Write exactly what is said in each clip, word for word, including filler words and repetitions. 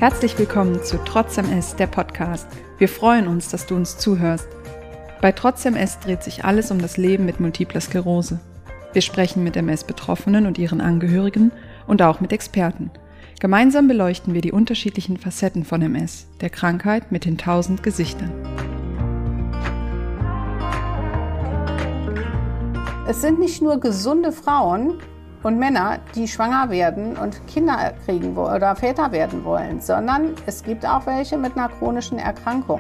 Herzlich willkommen zu Trotz M S, der Podcast. Wir freuen uns, dass du uns zuhörst. Bei Trotz M S dreht sich alles um das Leben mit multipler Sklerose. Wir sprechen mit M S-Betroffenen und ihren Angehörigen und auch mit Experten. Gemeinsam beleuchten wir die unterschiedlichen Facetten von M S, der Krankheit mit den tausend Gesichtern. Es sind nicht nur gesunde Frauen und Männer, die schwanger werden und Kinder kriegen oder Väter werden wollen, sondern es gibt auch welche mit einer chronischen Erkrankung.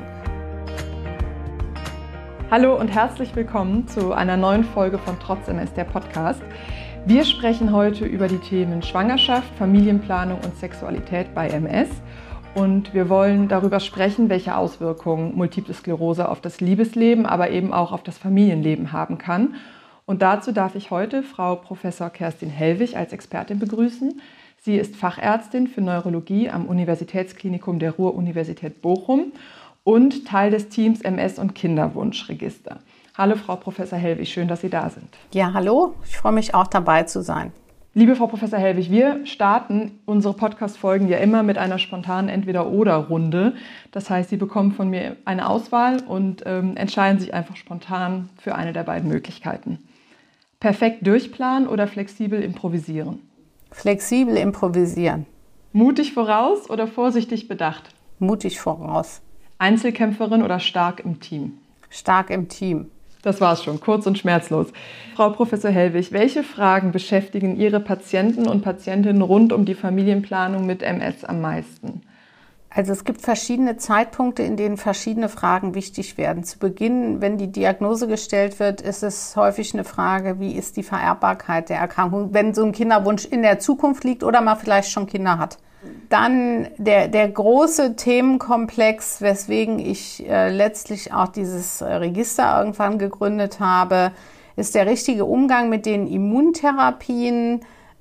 Hallo und herzlich willkommen zu einer neuen Folge von Trotz M S, der Podcast. Wir sprechen heute über die Themen Schwangerschaft, Familienplanung und Sexualität bei M S. Und wir wollen darüber sprechen, welche Auswirkungen Multiple Sklerose auf das Liebesleben, aber eben auch auf das Familienleben haben kann. Und dazu darf ich heute Frau Professor Kerstin Hellwig als Expertin begrüßen. Sie ist Fachärztin für Neurologie am Universitätsklinikum der Ruhr-Universität Bochum und Teil des Teams M S und Kinderwunschregister. Hallo Frau Professor Hellwig, schön, dass Sie da sind. Ja, hallo, ich freue mich auch dabei zu sein. Liebe Frau Professor Hellwig, wir starten unsere Podcast-Folgen ja immer mit einer spontanen Entweder-Oder-Runde. Das heißt, Sie bekommen von mir eine Auswahl und ähm, entscheiden sich einfach spontan für eine der beiden Möglichkeiten. Perfekt durchplanen oder flexibel improvisieren? Flexibel improvisieren. Mutig voraus oder vorsichtig bedacht? Mutig voraus. Einzelkämpferin oder stark im Team? Stark im Team. Das war's schon, kurz und schmerzlos. Frau Professor Hellwig, welche Fragen beschäftigen Ihre Patienten und Patientinnen rund um die Familienplanung mit M S am meisten? Also es gibt verschiedene Zeitpunkte, in denen verschiedene Fragen wichtig werden. Zu Beginn, wenn die Diagnose gestellt wird, ist es häufig eine Frage, wie ist die Vererbbarkeit der Erkrankung, wenn so ein Kinderwunsch in der Zukunft liegt oder man vielleicht schon Kinder hat. Dann der, der große Themenkomplex, weswegen ich äh, letztlich auch dieses äh, Register irgendwann gegründet habe, ist der richtige Umgang mit den Immuntherapien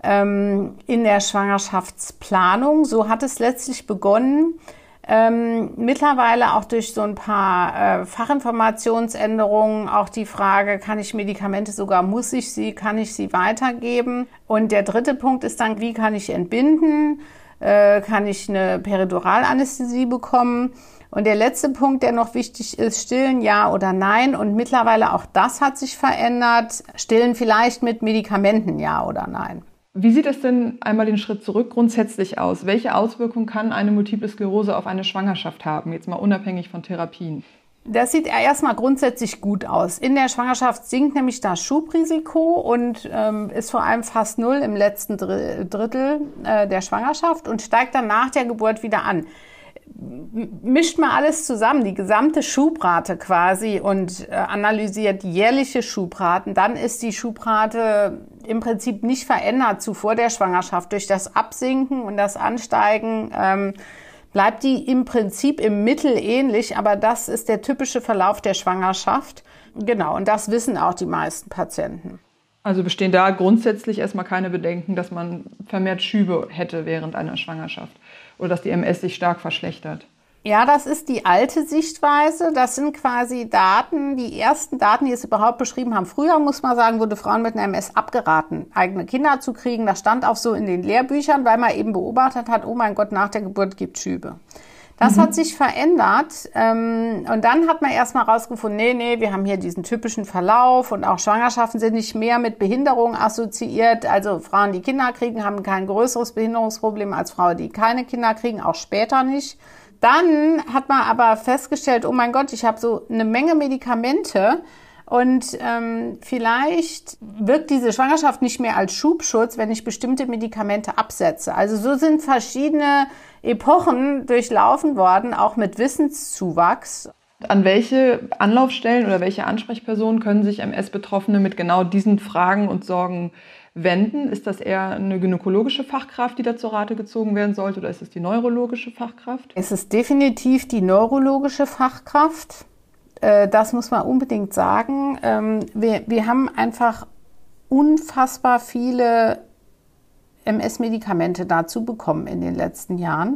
ähm, in der Schwangerschaftsplanung. So hat es letztlich begonnen. Ähm, mittlerweile auch durch so ein paar äh, Fachinformationsänderungen auch die Frage, kann ich Medikamente sogar, muss ich sie, kann ich sie weitergeben? Und der dritte Punkt ist dann, wie kann ich entbinden? Kann ich eine Periduralanästhesie bekommen? Und der letzte Punkt, der noch wichtig ist, stillen ja oder nein. Und mittlerweile auch das hat sich verändert. Stillen vielleicht mit Medikamenten, ja oder nein. Wie sieht es denn einmal den Schritt zurück grundsätzlich aus? Welche Auswirkungen kann eine Multiple Sklerose auf eine Schwangerschaft haben? Jetzt mal unabhängig von Therapien. Das sieht erstmal grundsätzlich gut aus. In der Schwangerschaft sinkt nämlich das Schubrisiko und ähm, ist vor allem fast null im letzten Drittel äh, der Schwangerschaft und steigt dann nach der Geburt wieder an. Mischt mal alles zusammen, die gesamte Schubrate quasi und äh, analysiert jährliche Schubraten, dann ist die Schubrate im Prinzip nicht verändert zu vor der Schwangerschaft. Durch das Absinken und das Ansteigen ähm, bleibt die im Prinzip im Mittel ähnlich, aber das ist der typische Verlauf der Schwangerschaft. Genau, und das wissen auch die meisten Patienten. Also bestehen da grundsätzlich erstmal keine Bedenken, dass man vermehrt Schübe hätte während einer Schwangerschaft oder dass die M S sich stark verschlechtert? Ja, das ist die alte Sichtweise. Das sind quasi Daten, die ersten Daten, die es überhaupt beschrieben haben. Früher, muss man sagen, wurde Frauen mit einer M S abgeraten, eigene Kinder zu kriegen. Das stand auch so in den Lehrbüchern, weil man eben beobachtet hat, oh mein Gott, nach der Geburt gibt es Schübe. Das mhm. hat sich verändert. Und dann hat man erstmal rausgefunden, nee, nee, wir haben hier diesen typischen Verlauf und auch Schwangerschaften sind nicht mehr mit Behinderung assoziiert. Also Frauen, die Kinder kriegen, haben kein größeres Behinderungsproblem als Frauen, die keine Kinder kriegen, auch später nicht. Dann hat man aber festgestellt, oh mein Gott, ich habe so eine Menge Medikamente und ähm, vielleicht wirkt diese Schwangerschaft nicht mehr als Schubschutz, wenn ich bestimmte Medikamente absetze. Also so sind verschiedene Epochen durchlaufen worden, auch mit Wissenszuwachs. An welche Anlaufstellen oder welche Ansprechpersonen können sich M S-Betroffene mit genau diesen Fragen und Sorgen wenden? Ist das eher eine gynäkologische Fachkraft, die da zur Rate gezogen werden sollte, oder ist es die neurologische Fachkraft? Es ist definitiv die neurologische Fachkraft. Das muss man unbedingt sagen. Wir, wir haben einfach unfassbar viele M S-Medikamente dazu bekommen in den letzten Jahren.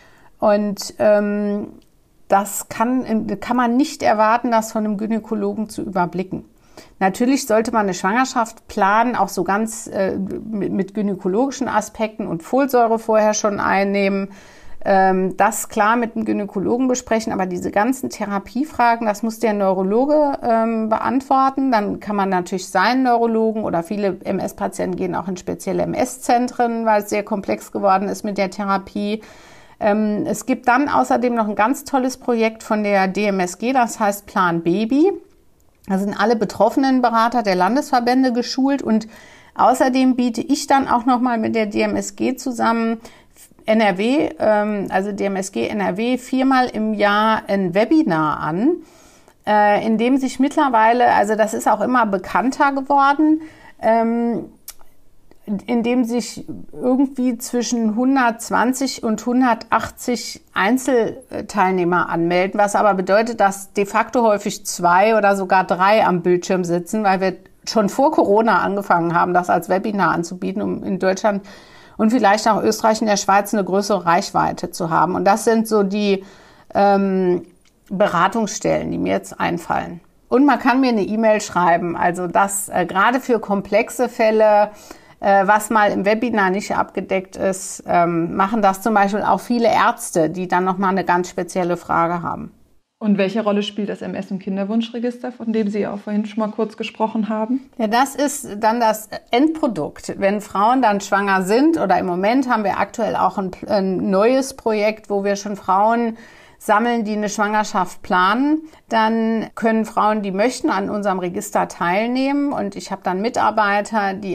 Und ähm, das kann, kann man nicht erwarten, das von einem Gynäkologen zu überblicken. Natürlich sollte man eine Schwangerschaft planen, auch so ganz äh, mit, mit gynäkologischen Aspekten und Folsäure vorher schon einnehmen. ähm, das klar mit dem Gynäkologen besprechen, aber diese ganzen Therapiefragen, das muss der Neurologe ähm, beantworten. Dann kann man natürlich seinen Neurologen oder viele M S-Patienten gehen auch in spezielle M S-Zentren, weil es sehr komplex geworden ist mit der Therapie. Ähm, es gibt dann außerdem noch ein ganz tolles Projekt von der D M S G, das heißt Plan Baby. Da sind alle betroffenen Berater der Landesverbände geschult und außerdem biete ich dann auch nochmal mit der D M S G zusammen N R W, ähm, also D M S G N R W, viermal im Jahr ein Webinar an, äh, in dem sich mittlerweile, also das ist auch immer bekannter geworden, ähm, in dem sich irgendwie zwischen hundertzwanzig und hundertachtzig Einzelteilnehmer anmelden, was aber bedeutet, dass de facto häufig zwei oder sogar drei am Bildschirm sitzen, weil wir schon vor Corona angefangen haben, das als Webinar anzubieten, um in Deutschland und vielleicht auch Österreich und der Schweiz eine größere Reichweite zu haben. Und das sind so die ähm, Beratungsstellen, die mir jetzt einfallen. Und man kann mir eine E-Mail schreiben, also das äh, gerade für komplexe Fälle, äh, was mal im Webinar nicht abgedeckt ist, ähm, machen das zum Beispiel auch viele Ärzte, die dann nochmal eine ganz spezielle Frage haben. Und welche Rolle spielt das M S- und Kinderwunschregister, von dem Sie auch vorhin schon mal kurz gesprochen haben? Ja, das ist dann das Endprodukt. Wenn Frauen dann schwanger sind oder im Moment haben wir aktuell auch ein, ein neues Projekt, wo wir schon Frauen sammeln, die eine Schwangerschaft planen, dann können Frauen, die möchten, an unserem Register teilnehmen. Und ich habe dann Mitarbeiter, die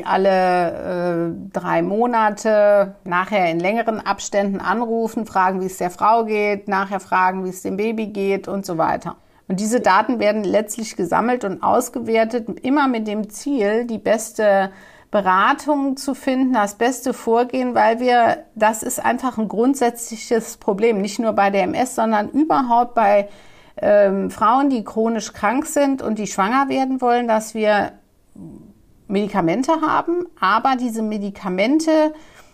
alle äh, drei Monate nachher in längeren Abständen anrufen, fragen, wie es der Frau geht, nachher fragen, wie es dem Baby geht und so weiter. Und diese Daten werden letztlich gesammelt und ausgewertet, immer mit dem Ziel, die beste Beratung zu finden, das beste Vorgehen, weil wir, das ist einfach ein grundsätzliches Problem, nicht nur bei der M S, sondern überhaupt bei ähm, Frauen, die chronisch krank sind und die schwanger werden wollen, dass wir Medikamente haben, aber diese Medikamente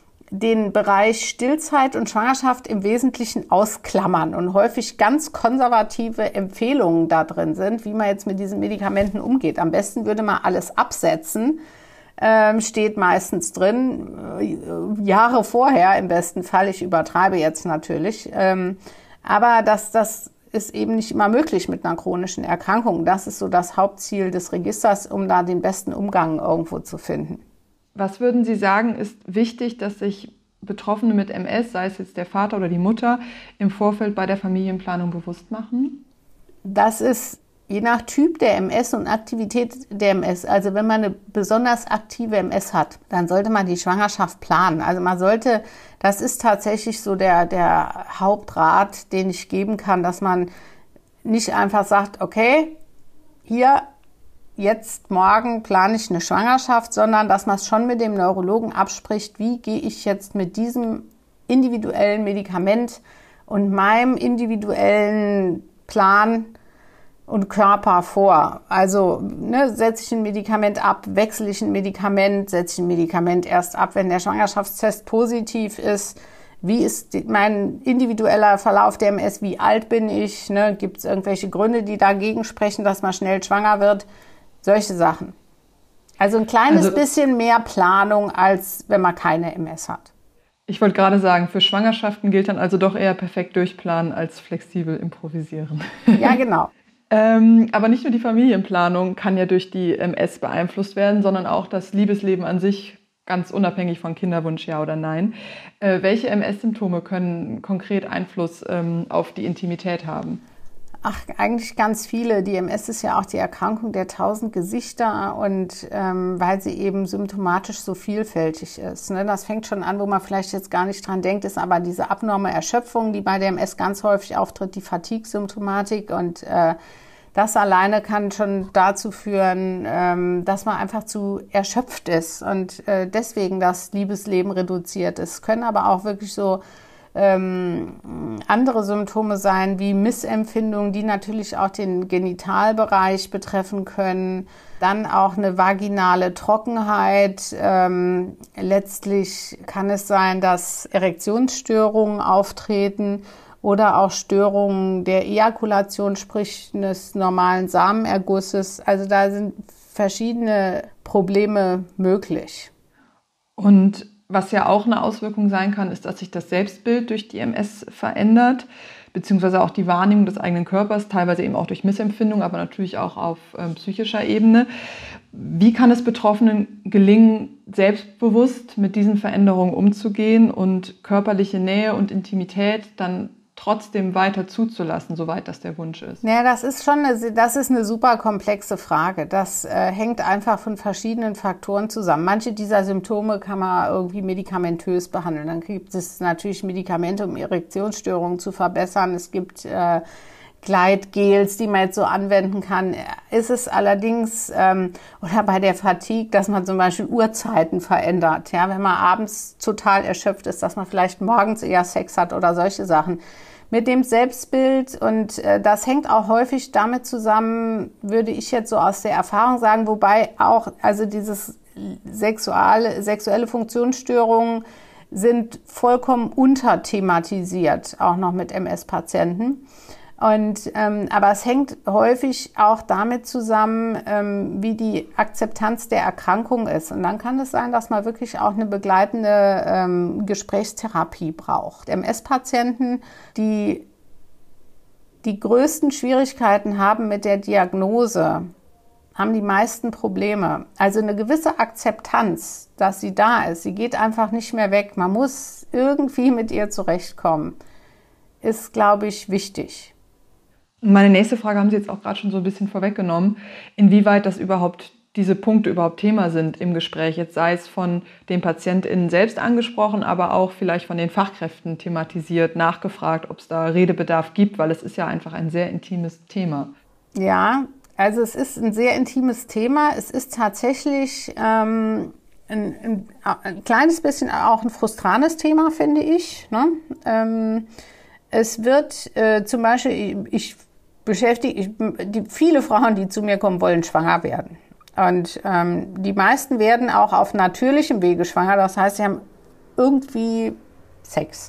den Bereich Stillzeit und Schwangerschaft im Wesentlichen ausklammern und häufig ganz konservative Empfehlungen da drin sind, wie man jetzt mit diesen Medikamenten umgeht. Am besten würde man alles absetzen, ähm, steht meistens drin, äh, Jahre vorher im besten Fall, ich übertreibe jetzt natürlich, ähm, aber das, das ist eben nicht immer möglich mit einer chronischen Erkrankung. Das ist so das Hauptziel des Registers, um da den besten Umgang irgendwo zu finden. Was würden Sie sagen, ist wichtig, dass sich Betroffene mit M S, sei es jetzt der Vater oder die Mutter, im Vorfeld bei der Familienplanung bewusst machen? Das ist je nach Typ der M S und Aktivität der M S. Also wenn man eine besonders aktive M S hat, dann sollte man die Schwangerschaft planen. Also man sollte, das ist tatsächlich so der, der Hauptrat, den ich geben kann, dass man nicht einfach sagt, okay, hier, jetzt morgen plane ich eine Schwangerschaft, sondern dass man es schon mit dem Neurologen abspricht, wie gehe ich jetzt mit diesem individuellen Medikament und meinem individuellen Plan und Körper vor. Also ne, setze ich ein Medikament ab, wechsle ich ein Medikament, setze ich ein Medikament erst ab, wenn der Schwangerschaftstest positiv ist. Wie ist die, mein individueller Verlauf der M S? Wie alt bin ich? Ne? Gibt es irgendwelche Gründe, die dagegen sprechen, dass man schnell schwanger wird? Solche Sachen. Also ein kleines also, bisschen mehr Planung, als wenn man keine M S hat. Ich wollte gerade sagen, für Schwangerschaften gilt dann also doch eher perfekt durchplanen als flexibel improvisieren. Ja, genau. ähm, aber nicht nur die Familienplanung kann ja durch die M S beeinflusst werden, sondern auch das Liebesleben an sich, ganz unabhängig von Kinderwunsch, ja oder nein. Äh, welche M S-Symptome können konkret Einfluss ähm, auf die Intimität haben? Ach, eigentlich ganz viele. Die M S ist ja auch die Erkrankung der tausend Gesichter und ähm, weil sie eben symptomatisch so vielfältig ist. Ne? Das fängt schon an, wo man vielleicht jetzt gar nicht dran denkt, ist aber diese abnorme Erschöpfung, die bei der M S ganz häufig auftritt, die Fatigue-Symptomatik und äh, das alleine kann schon dazu führen, ähm, dass man einfach zu erschöpft ist und äh, deswegen das Liebesleben reduziert ist. Es können aber auch wirklich so Ähm, andere Symptome sein wie Missempfindungen, die natürlich auch den Genitalbereich betreffen können. Dann auch eine vaginale Trockenheit. Ähm, letztlich kann es sein, dass Erektionsstörungen auftreten oder auch Störungen der Ejakulation, sprich des normalen Samenergusses. Also da sind verschiedene Probleme möglich. Und was ja auch eine Auswirkung sein kann, ist, dass sich das Selbstbild durch die M S verändert, beziehungsweise auch die Wahrnehmung des eigenen Körpers, teilweise eben auch durch Missempfindung, aber natürlich auch auf ähm, psychischer Ebene. Wie kann es Betroffenen gelingen, selbstbewusst mit diesen Veränderungen umzugehen und körperliche Nähe und Intimität dann trotzdem weiter zuzulassen, soweit das der Wunsch ist? Ja, das ist schon eine, das ist eine super komplexe Frage. Das äh, hängt einfach von verschiedenen Faktoren zusammen. Manche dieser Symptome kann man irgendwie medikamentös behandeln. Dann gibt es natürlich Medikamente, um Erektionsstörungen zu verbessern. Es gibt äh, Gleitgels, die man jetzt so anwenden kann. Ist es allerdings, ähm, oder bei der Fatigue, dass man zum Beispiel Uhrzeiten verändert. Ja, wenn man abends total erschöpft ist, dass man vielleicht morgens eher Sex hat oder solche Sachen. Mit dem Selbstbild, und äh, das hängt auch häufig damit zusammen, würde ich jetzt so aus der Erfahrung sagen, wobei auch, also dieses sexuelle, sexuelle Funktionsstörungen sind vollkommen unterthematisiert, auch noch mit M S-Patienten. Und, ähm, aber es hängt häufig auch damit zusammen, ähm, wie die Akzeptanz der Erkrankung ist. Und dann kann es sein, dass man wirklich auch eine begleitende ähm, Gesprächstherapie braucht. M S-Patienten, die die größten Schwierigkeiten haben mit der Diagnose, haben die meisten Probleme. Also eine gewisse Akzeptanz, dass sie da ist. Sie geht einfach nicht mehr weg. Man muss irgendwie mit ihr zurechtkommen. Ist, glaube ich, wichtig. Meine nächste Frage haben Sie jetzt auch gerade schon so ein bisschen vorweggenommen, inwieweit das überhaupt, diese Punkte überhaupt Thema sind im Gespräch, jetzt sei es von den PatientInnen selbst angesprochen, aber auch vielleicht von den Fachkräften thematisiert, nachgefragt, ob es da Redebedarf gibt, weil es ist ja einfach ein sehr intimes Thema. Ja, also es ist ein sehr intimes Thema. Es ist tatsächlich ähm, ein, ein, ein kleines bisschen auch ein frustranes Thema, finde ich. Ne? Ähm, es wird äh, zum Beispiel, ich beschäftige, ich, die, viele Frauen, die zu mir kommen, wollen schwanger werden. Und ähm, die meisten werden auch auf natürlichem Wege schwanger. Das heißt, sie haben irgendwie Sex.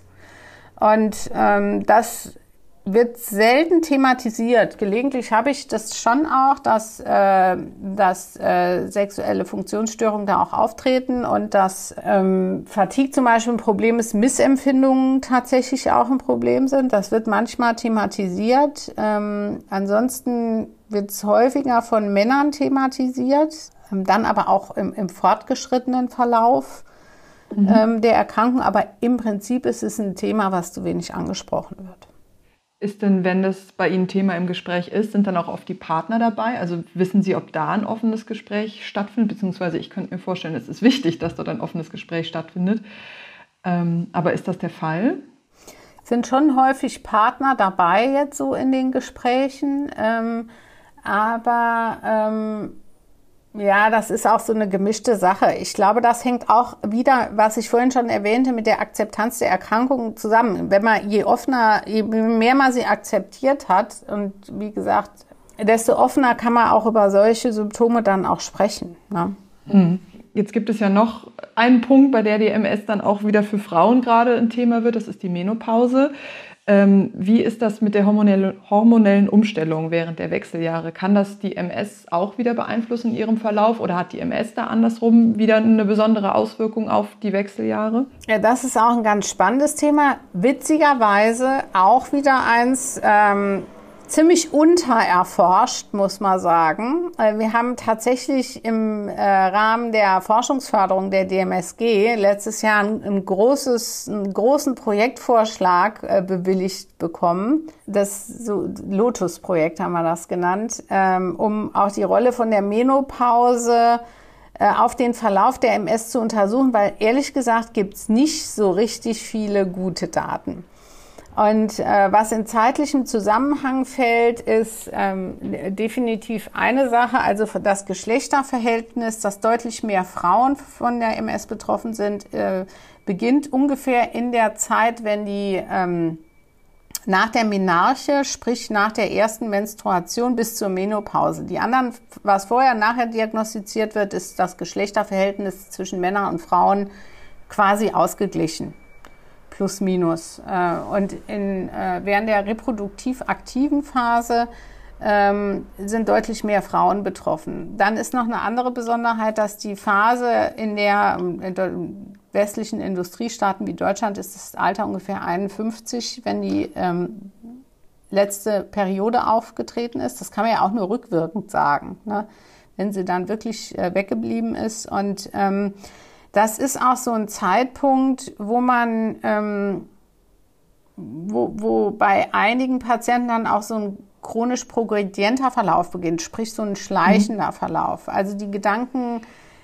Und ähm, das wird selten thematisiert. Gelegentlich habe ich das schon auch, dass, äh, dass äh, sexuelle Funktionsstörungen da auch auftreten und dass ähm, Fatigue zum Beispiel ein Problem ist, Missempfindungen tatsächlich auch ein Problem sind. Das wird manchmal thematisiert. Ähm, ansonsten wird es häufiger von Männern thematisiert, ähm, dann aber auch im, im fortgeschrittenen Verlauf mhm. ähm, der Erkrankung. Aber im Prinzip ist es ein Thema, was zu wenig angesprochen wird. Ist denn, wenn das bei Ihnen Thema im Gespräch ist, sind dann auch oft die Partner dabei? Also wissen Sie, ob da ein offenes Gespräch stattfindet? Beziehungsweise ich könnte mir vorstellen, es ist wichtig, dass dort ein offenes Gespräch stattfindet. Ähm, aber ist das der Fall? Sind schon häufig Partner dabei jetzt so in den Gesprächen. Ähm, aber ähm, ja, das ist auch so eine gemischte Sache. Ich glaube, das hängt auch wieder, was ich vorhin schon erwähnte, mit der Akzeptanz der Erkrankung zusammen. Wenn man, je offener, je mehr man sie akzeptiert hat und wie gesagt, desto offener kann man auch über solche Symptome dann auch sprechen. Ne? Hm. Jetzt gibt es ja noch einen Punkt, bei der die M S dann auch wieder für Frauen gerade ein Thema wird, das ist die Menopause. Ähm, wie ist das mit der hormonelle, hormonellen Umstellung während der Wechseljahre? Kann das die M S auch wieder beeinflussen in ihrem Verlauf oder hat die M S da andersrum wieder eine besondere Auswirkung auf die Wechseljahre? Ja, das ist auch ein ganz spannendes Thema. Witzigerweise auch wieder eins, ähm, ziemlich untererforscht, muss man sagen. Wir haben tatsächlich im äh, Rahmen der Forschungsförderung der D M S G letztes Jahr ein, ein großes, einen großen Projektvorschlag äh, bewilligt bekommen. Das so, Lotus-Projekt haben wir das genannt, ähm, um auch die Rolle von der Menopause äh, auf den Verlauf der M S zu untersuchen, weil ehrlich gesagt gibt's nicht so richtig viele gute Daten. Und äh, was in zeitlichem Zusammenhang fällt, ist ähm, definitiv eine Sache, also das Geschlechterverhältnis, dass deutlich mehr Frauen von der M S betroffen sind, äh, beginnt ungefähr in der Zeit, wenn die ähm, nach der Menarche, sprich nach der ersten Menstruation bis zur Menopause. Die anderen, was vorher und nachher diagnostiziert wird, ist das Geschlechterverhältnis zwischen Männern und Frauen quasi ausgeglichen. Plus minus. Und in, während der reproduktiv aktiven Phase ähm, sind deutlich mehr Frauen betroffen. Dann ist noch eine andere Besonderheit, dass die Phase, in der westlichen Industriestaaten wie Deutschland ist das Alter ungefähr einundfünfzig, wenn die ähm, letzte Periode aufgetreten ist. Das kann man ja auch nur rückwirkend sagen, ne? Wenn sie dann wirklich äh, weggeblieben ist. Und ähm, das ist auch so ein Zeitpunkt, wo man, ähm, wo, wo bei einigen Patienten dann auch so ein chronisch progredienter Verlauf beginnt, sprich so ein schleichender mhm. Verlauf. Also die Gedanken,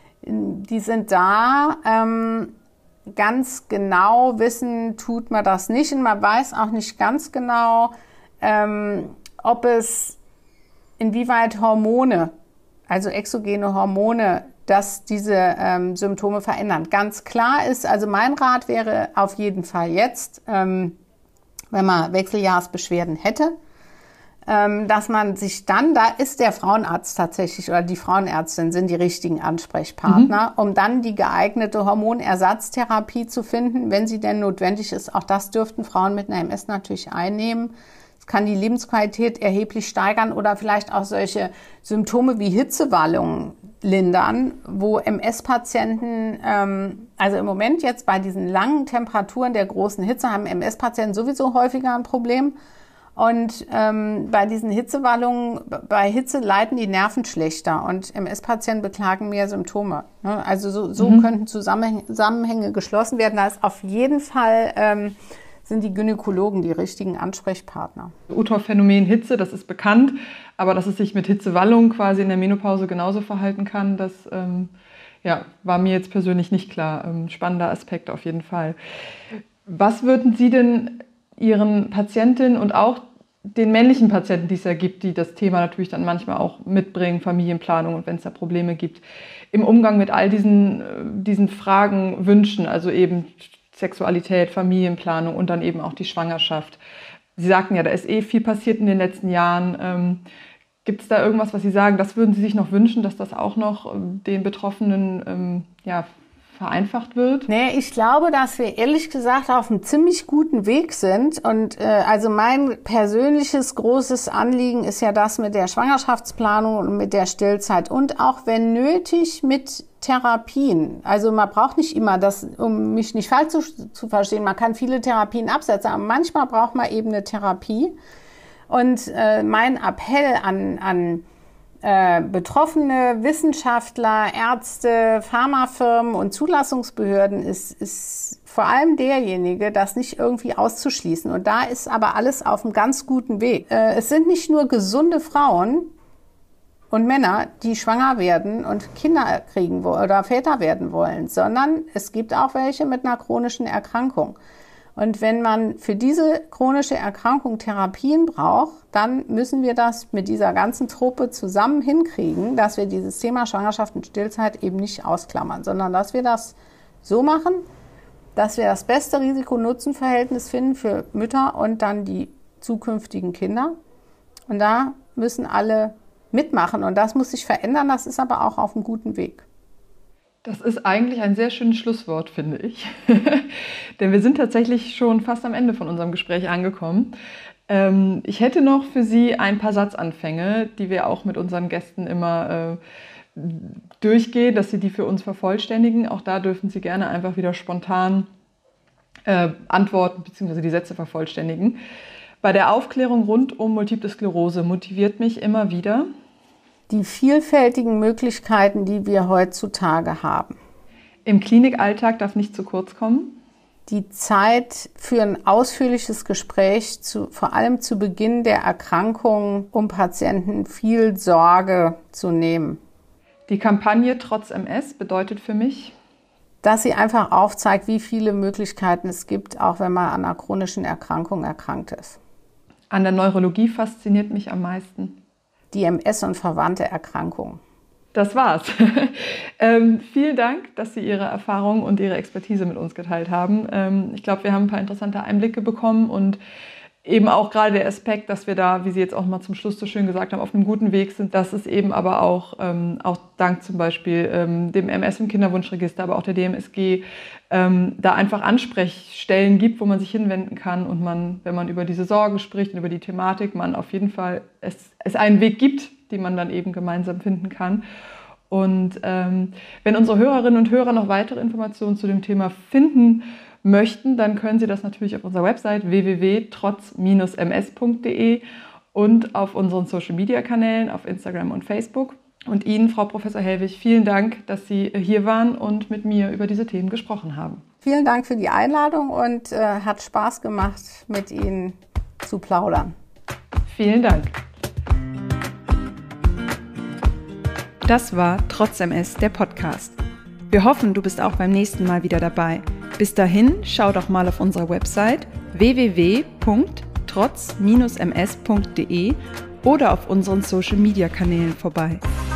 die sind da, ähm, ganz genau wissen tut man das nicht und man weiß auch nicht ganz genau, ähm, ob es inwieweit Hormone, also exogene Hormone, dass diese ähm, Symptome verändern. Ganz klar ist, also mein Rat wäre auf jeden Fall jetzt, ähm, wenn man Wechseljahresbeschwerden hätte, ähm, dass man sich dann, da ist der Frauenarzt tatsächlich oder die Frauenärztin sind die richtigen Ansprechpartner, mhm. um dann die geeignete Hormonersatztherapie zu finden, wenn sie denn notwendig ist. Auch das dürften Frauen mit einer M S natürlich einnehmen. Es kann die Lebensqualität erheblich steigern oder vielleicht auch solche Symptome wie Hitzewallungen lindern, wo M S-Patienten, ähm, also im Moment jetzt bei diesen langen Temperaturen der großen Hitze, haben M S-Patienten sowieso häufiger ein Problem. Und ähm, bei diesen Hitzewallungen, bei Hitze leiden die Nerven schlechter und M S-Patienten beklagen mehr Symptome. Ne? Also so, so mhm. könnten Zusammenhänge, Zusammenhänge geschlossen werden. Da ist auf jeden Fall, ähm, sind die Gynäkologen die richtigen Ansprechpartner. U T O F-Phänomen Hitze, das ist bekannt, aber dass es sich mit Hitzewallungen quasi in der Menopause genauso verhalten kann, das ähm, ja, war mir jetzt persönlich nicht klar. Ähm, spannender Aspekt auf jeden Fall. Was würden Sie denn Ihren Patientinnen und auch den männlichen Patienten, die es ja gibt, die das Thema natürlich dann manchmal auch mitbringen, Familienplanung und wenn es da Probleme gibt, im Umgang mit all diesen, diesen Fragen wünschen, also eben Sexualität, Familienplanung und dann eben auch die Schwangerschaft. Sie sagten ja, da ist eh viel passiert in den letzten Jahren. Ähm, gibt es da irgendwas, was Sie sagen, das würden Sie sich noch wünschen, dass das auch noch den Betroffenen ähm, ja, vereinfacht wird? Nee, ich glaube, dass wir ehrlich gesagt auf einem ziemlich guten Weg sind. Und äh, also mein persönliches großes Anliegen ist ja das mit der Schwangerschaftsplanung und mit der Stillzeit und auch wenn nötig mit Therapien. Also man braucht nicht immer das, um mich nicht falsch zu, zu verstehen, man kann viele Therapien absetzen, aber manchmal braucht man eben eine Therapie. Und äh, mein Appell an, an Äh, Betroffene, Wissenschaftler, Ärzte, Pharmafirmen und Zulassungsbehörden ist, ist vor allem derjenige, das nicht irgendwie auszuschließen. Und da ist aber alles auf einem ganz guten Weg. Äh, es sind nicht nur gesunde Frauen und Männer, die schwanger werden und Kinder kriegen wollen oder Väter werden wollen, sondern es gibt auch welche mit einer chronischen Erkrankung. Und wenn man für diese chronische Erkrankung Therapien braucht, dann müssen wir das mit dieser ganzen Truppe zusammen hinkriegen, dass wir dieses Thema Schwangerschaft und Stillzeit eben nicht ausklammern, sondern dass wir das so machen, dass wir das beste Risiko-Nutzen-Verhältnis finden für Mütter und dann die zukünftigen Kinder. Und da müssen alle mitmachen und das muss sich verändern, das ist aber auch auf einem guten Weg. Das ist eigentlich ein sehr schönes Schlusswort, finde ich. Denn wir sind tatsächlich schon fast am Ende von unserem Gespräch angekommen. Ähm, ich hätte noch für Sie ein paar Satzanfänge, die wir auch mit unseren Gästen immer äh, durchgehen, dass Sie die für uns vervollständigen. Auch da dürfen Sie gerne einfach wieder spontan äh, antworten bzw. die Sätze vervollständigen. Bei der Aufklärung rund um Multiple Sklerose motiviert mich immer wieder die vielfältigen Möglichkeiten, die wir heutzutage haben. Im Klinikalltag darf nicht zu kurz kommen. Die Zeit für ein ausführliches Gespräch, zu, vor allem zu Beginn der Erkrankung, um Patienten viel Sorge zu nehmen. Die Kampagne Trotz M S bedeutet für mich, dass sie einfach aufzeigt, wie viele Möglichkeiten es gibt, auch wenn man an einer chronischen Erkrankung erkrankt ist. An der Neurologie fasziniert mich am meisten die M S und verwandte Erkrankungen. Das war's. ähm, vielen Dank, dass Sie Ihre Erfahrungen und Ihre Expertise mit uns geteilt haben. Ähm, ich glaube, wir haben ein paar interessante Einblicke bekommen und eben auch gerade der Aspekt, dass wir da, wie Sie jetzt auch mal zum Schluss so schön gesagt haben, auf einem guten Weg sind, dass es eben aber auch, ähm, auch dank zum Beispiel ähm, dem M S im Kinderwunschregister, aber auch der D M S G, ähm, da einfach Ansprechstellen gibt, wo man sich hinwenden kann und man, wenn man über diese Sorgen spricht und über die Thematik, man auf jeden Fall es, es einen Weg gibt, den man dann eben gemeinsam finden kann. Und ähm, wenn unsere Hörerinnen und Hörer noch weitere Informationen zu dem Thema finden möchten, dann können Sie das natürlich auf unserer Website w w w punkt trotz Bindestrich m s punkt d e und auf unseren Social-Media-Kanälen auf Instagram und Facebook. Und Ihnen, Frau Professor Hellwig, vielen Dank, dass Sie hier waren und mit mir über diese Themen gesprochen haben. Vielen Dank für die Einladung und äh, hat Spaß gemacht, mit Ihnen zu plaudern. Vielen Dank. Das war Trotz M S, der Podcast. Wir hoffen, du bist auch beim nächsten Mal wieder dabei. Bis dahin, schau doch mal auf unserer Website w w w punkt trotz Bindestrich m s punkt d e oder auf unseren Social-Media-Kanälen vorbei.